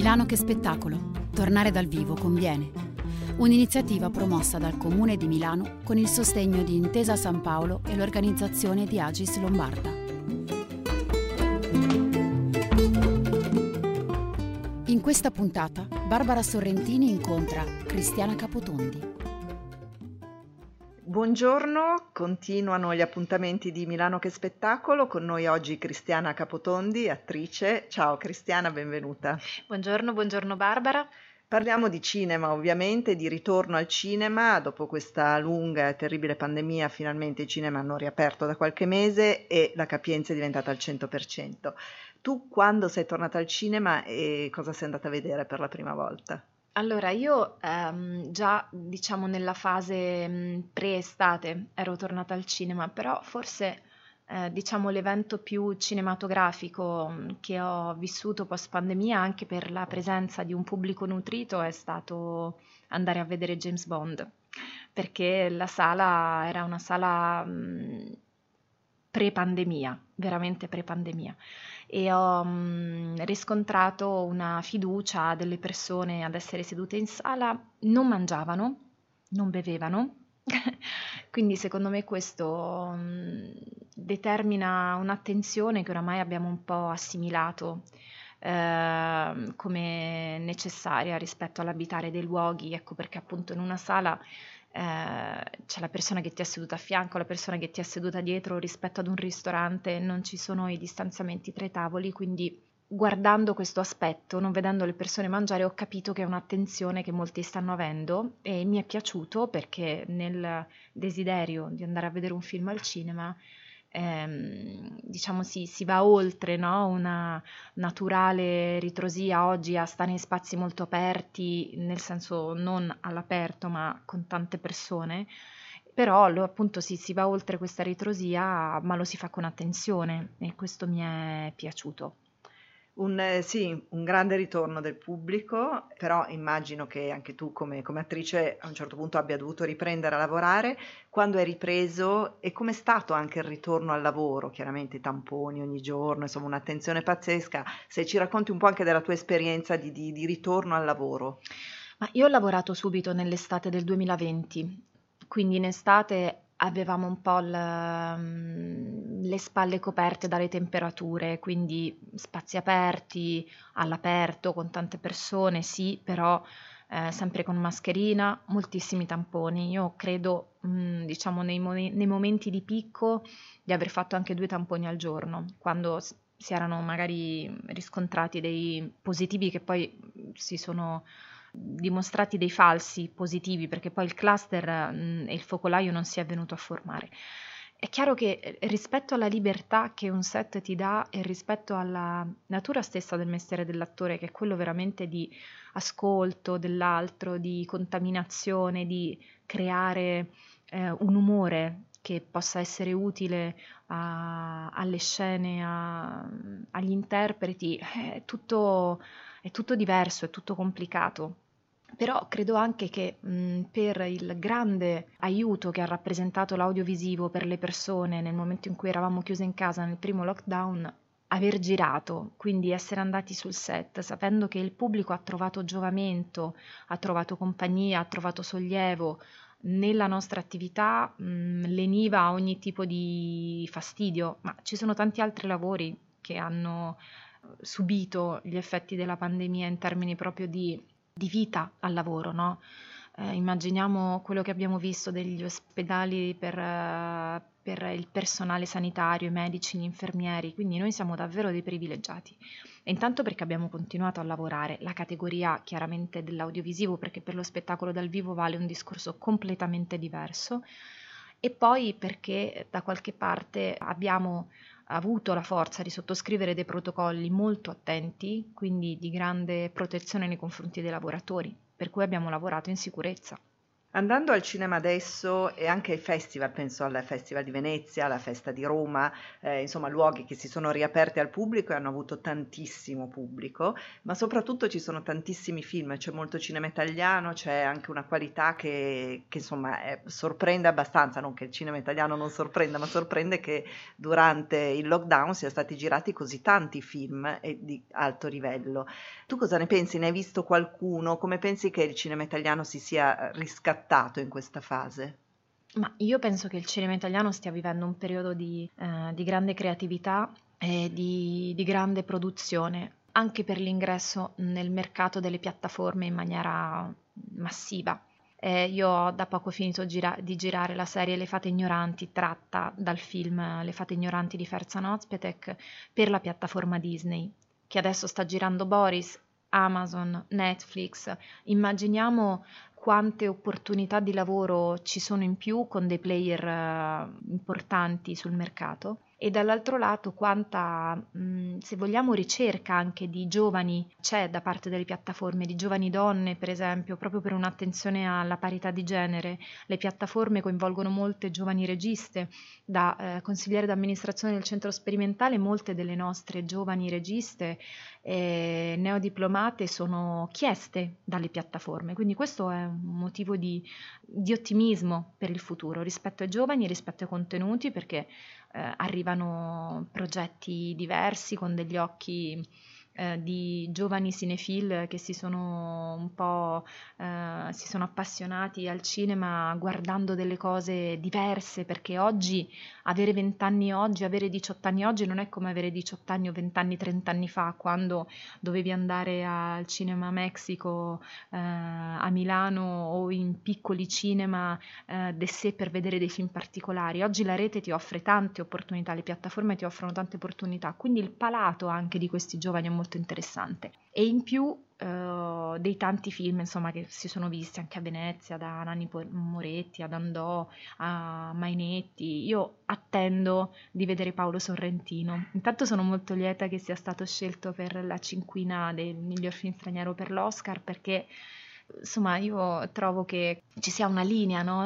Milano che spettacolo. Tornare dal vivo conviene. Un'iniziativa promossa dal Comune di Milano con il sostegno di Intesa San Paolo e l'organizzazione di Agis Lombarda. In questa puntata, Barbara Sorrentini incontra Cristiana Capotondi. Buongiorno, continuano gli appuntamenti di Milano che spettacolo, con noi oggi Cristiana Capotondi, attrice. Ciao Cristiana, benvenuta. Buongiorno Barbara. Parliamo di cinema, ovviamente, di ritorno al cinema. Dopo questa lunga e terribile pandemia, finalmente i cinema hanno riaperto da qualche mese e la capienza è diventata al 100%. Tu quando sei tornata al cinema e cosa sei andata a vedere per la prima volta? Allora, io già nella fase pre-estate ero tornata al cinema, però forse l'evento più cinematografico che ho vissuto post pandemia, anche per la presenza di un pubblico nutrito, è stato andare a vedere James Bond, perché la sala era una sala pre-pandemia, veramente pre-pandemia, e ho riscontrato una fiducia delle persone ad essere sedute in sala, non mangiavano, non bevevano, quindi secondo me questo determina un'attenzione che oramai abbiamo un po' assimilato come necessaria rispetto all'abitare dei luoghi. Ecco perché appunto in una sala c'è la persona che ti è seduta a fianco, la persona che ti è seduta dietro. Rispetto ad un ristorante non ci sono i distanziamenti tra i tavoli, quindi guardando questo aspetto, non vedendo le persone mangiare, ho capito che è un'attenzione che molti stanno avendo e mi è piaciuto, perché nel desiderio di andare a vedere un film al cinema si va oltre, no? Una naturale ritrosia oggi a stare in spazi molto aperti, nel senso non all'aperto ma con tante persone, però appunto si va oltre questa ritrosia, ma lo si fa con attenzione e questo mi è piaciuto. Sì, un grande ritorno del pubblico, però immagino che anche tu come attrice a un certo punto abbia dovuto riprendere a lavorare. Quando hai ripreso e com'è stato anche il ritorno al lavoro? Chiaramente tamponi ogni giorno, insomma un'attenzione pazzesca. Se ci racconti un po' anche della tua esperienza di ritorno al lavoro. Ma io ho lavorato subito nell'estate del 2020, quindi in estate avevamo un po' le spalle coperte dalle temperature, quindi spazi aperti, all'aperto, con tante persone, sì, però sempre con mascherina, moltissimi tamponi. Io credo, nei momenti di picco, di aver fatto anche 2 tamponi al giorno, quando si erano magari riscontrati dei positivi che poi si sono dimostrati dei falsi positivi, perché poi il cluster e il focolaio non si è venuto a formare. È chiaro che rispetto alla libertà che un set ti dà e rispetto alla natura stessa del mestiere dell'attore, che è quello veramente di ascolto dell'altro, di contaminazione, di creare un umore che possa essere utile alle scene, agli interpreti, è tutto diverso, è tutto complicato. Però credo anche che per il grande aiuto che ha rappresentato l'audiovisivo per le persone nel momento in cui eravamo chiuse in casa nel primo lockdown, aver girato, quindi essere andati sul set sapendo che il pubblico ha trovato giovamento, ha trovato compagnia, ha trovato sollievo nella nostra attività, leniva ogni tipo di fastidio, ma ci sono tanti altri lavori che hanno subito gli effetti della pandemia in termini proprio di vita al lavoro, no? Immaginiamo quello che abbiamo visto degli ospedali per il personale sanitario, i medici, gli infermieri, quindi noi siamo davvero dei privilegiati. E intanto perché abbiamo continuato a lavorare, la categoria chiaramente dell'audiovisivo, perché per lo spettacolo dal vivo vale un discorso completamente diverso, e poi perché da qualche parte abbiamo avuto la forza di sottoscrivere dei protocolli molto attenti, quindi di grande protezione nei confronti dei lavoratori, per cui abbiamo lavorato in sicurezza. Andando al cinema adesso e anche ai festival, penso al Festival di Venezia, alla Festa di Roma, insomma luoghi che si sono riaperti al pubblico e hanno avuto tantissimo pubblico, ma soprattutto ci sono tantissimi film, c'è molto cinema italiano, c'è anche una qualità che insomma sorprende abbastanza, non che il cinema italiano non sorprenda, ma sorprende che durante il lockdown siano stati girati così tanti film di alto livello. Tu cosa ne pensi? Ne hai visto qualcuno? Come pensi che il cinema italiano si sia riscattato in questa fase? Ma io penso che il cinema italiano stia vivendo un periodo di grande creatività e di grande produzione, anche per l'ingresso nel mercato delle piattaforme in maniera massiva. Io ho da poco finito di girare la serie Le Fate Ignoranti, tratta dal film Le Fate Ignoranti di Ferzan Özpetek, per la piattaforma Disney, che adesso sta girando Boris, Amazon, Netflix. Immaginiamo quante opportunità di lavoro ci sono in più con dei player importanti sul mercato, e dall'altro lato quanta, se vogliamo, ricerca anche di giovani c'è da parte delle piattaforme, di giovani donne per esempio, proprio per un'attenzione alla parità di genere. Le piattaforme coinvolgono molte giovani registe. Da consigliere d'amministrazione del centro sperimentale, molte delle nostre giovani registe neodiplomate sono chieste dalle piattaforme, quindi questo è un motivo di ottimismo per il futuro rispetto ai giovani e rispetto ai contenuti, perché arrivano progetti diversi con degli occhi di giovani cinefil che si sono un po' si sono appassionati al cinema guardando delle cose diverse, perché oggi avere 20 anni oggi, avere 18 anni oggi non è come avere 18 anni o 20 anni 30 anni fa, quando dovevi andare al Cinema Mexico a Milano o in piccoli cinema d'essè per vedere dei film particolari. Oggi la rete ti offre tante opportunità, le piattaforme ti offrono tante opportunità, quindi il palato anche di questi giovani è molto interessante. E in più dei tanti film insomma che si sono visti anche a Venezia, da Nanni Moretti ad Andò a Mainetti. Io attendo di vedere Paolo Sorrentino. Intanto sono molto lieta che sia stato scelto per la cinquina del miglior film straniero per l'Oscar, perché insomma io trovo che ci sia una linea, no?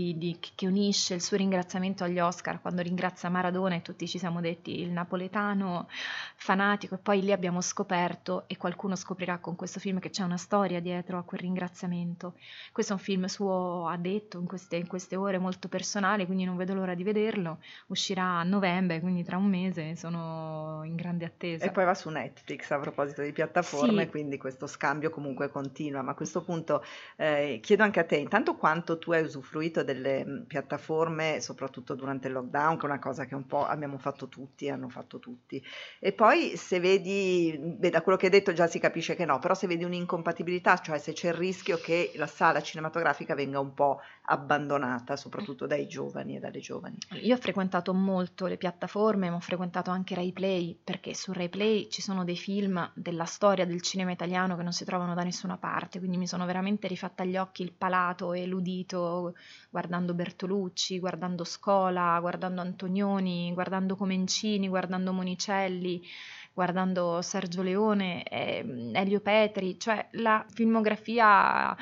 Che unisce il suo ringraziamento agli Oscar quando ringrazia Maradona, e tutti ci siamo detti il napoletano fanatico, e poi lì abbiamo scoperto, e qualcuno scoprirà con questo film, che c'è una storia dietro a quel ringraziamento. Questo è un film suo, ha detto, in queste ore, molto personale, quindi non vedo l'ora di vederlo. Uscirà a novembre, quindi tra un mese, sono in grande attesa. E poi va su Netflix, a proposito di piattaforme, Sì. quindi questo scambio comunque continua. Ma a questo punto chiedo anche a te, intanto, quanto tu hai usufruito delle piattaforme, soprattutto durante il lockdown, che è una cosa che un po' abbiamo fatto tutti, hanno fatto tutti. E poi se vedi, da quello che hai detto già si capisce che no, però se vedi un'incompatibilità, cioè se c'è il rischio che la sala cinematografica venga un po' abbandonata, soprattutto dai giovani e dalle giovani. Io ho frequentato molto le piattaforme, ma ho frequentato anche Rai Play, perché su Rai Play ci sono dei film della storia del cinema italiano che non si trovano da nessuna parte, quindi mi sono veramente rifatta agli occhi il palato e l'udito guardando Bertolucci, guardando Scola, guardando Antonioni, guardando Comencini, guardando Monicelli, guardando Sergio Leone, Elio Petri, cioè la filmografia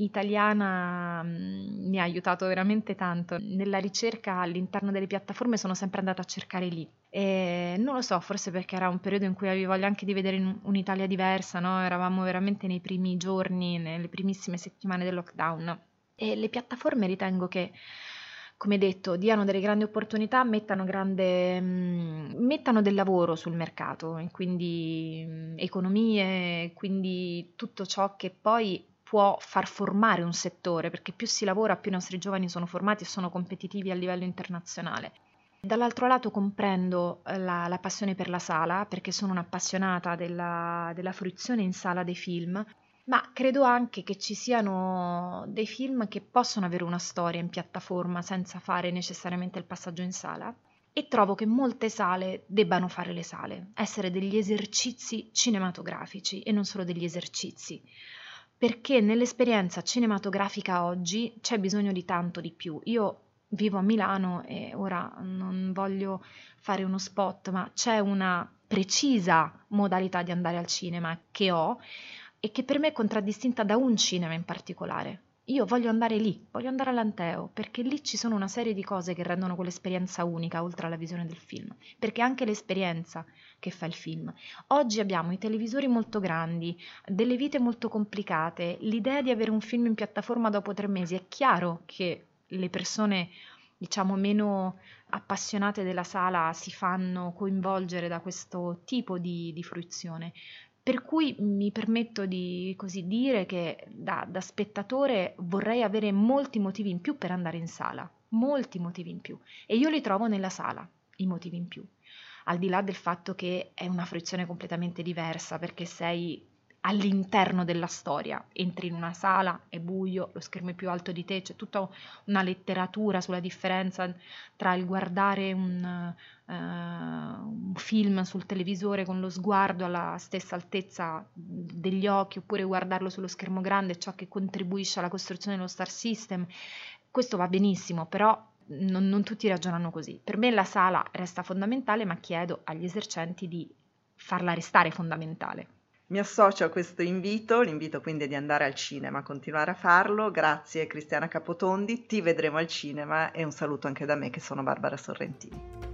italiana mi ha aiutato veramente tanto. Nella ricerca all'interno delle piattaforme sono sempre andata a cercare lì. E non lo so, forse perché era un periodo in cui avevo voglia anche di vedere un'Italia diversa, no? Eravamo veramente nei primi giorni, nelle primissime settimane del lockdown. E le piattaforme ritengo che, come detto, diano delle grandi opportunità, mettano del lavoro sul mercato, e quindi economie, quindi tutto ciò che poi può far formare un settore, perché più si lavora, più i nostri giovani sono formati e sono competitivi a livello internazionale. Dall'altro lato comprendo la passione per la sala, perché sono un'appassionata della fruizione in sala dei film, ma credo anche che ci siano dei film che possono avere una storia in piattaforma senza fare necessariamente il passaggio in sala, e trovo che molte sale debbano fare le sale, essere degli esercizi cinematografici e non solo degli esercizi, perché nell'esperienza cinematografica oggi c'è bisogno di tanto di più. Io vivo a Milano e ora non voglio fare uno spot, ma c'è una precisa modalità di andare al cinema che ho, e che per me è contraddistinta da un cinema in particolare, Io voglio andare lì, voglio andare all'Anteo, perché lì ci sono una serie di cose che rendono quell'esperienza unica, oltre alla visione del film, perché è anche l'esperienza che fa il film. Oggi abbiamo i televisori molto grandi, delle vite molto complicate, l'idea di avere un film in piattaforma dopo 3 mesi, è chiaro che le persone, diciamo, meno appassionate della sala si fanno coinvolgere da questo tipo di fruizione. Per cui mi permetto di così dire che da spettatore vorrei avere molti motivi in più per andare in sala, molti motivi in più, e io li trovo nella sala, i motivi in più, al di là del fatto che è una fruizione completamente diversa, perché sei all'interno della storia, entri in una sala, è buio, lo schermo è più alto di te, c'è tutta una letteratura sulla differenza tra il guardare un film sul televisore con lo sguardo alla stessa altezza degli occhi, oppure guardarlo sullo schermo grande, ciò che contribuisce alla costruzione dello star system. Questo va benissimo, però non tutti ragionano così. Per me la sala resta fondamentale, ma chiedo agli esercenti di farla restare fondamentale. Mi associo a questo invito, l'invito quindi è di andare al cinema, continuare a farlo. Grazie Cristiana Capotondi, ti vedremo al cinema e un saluto anche da me che sono Barbara Sorrentini.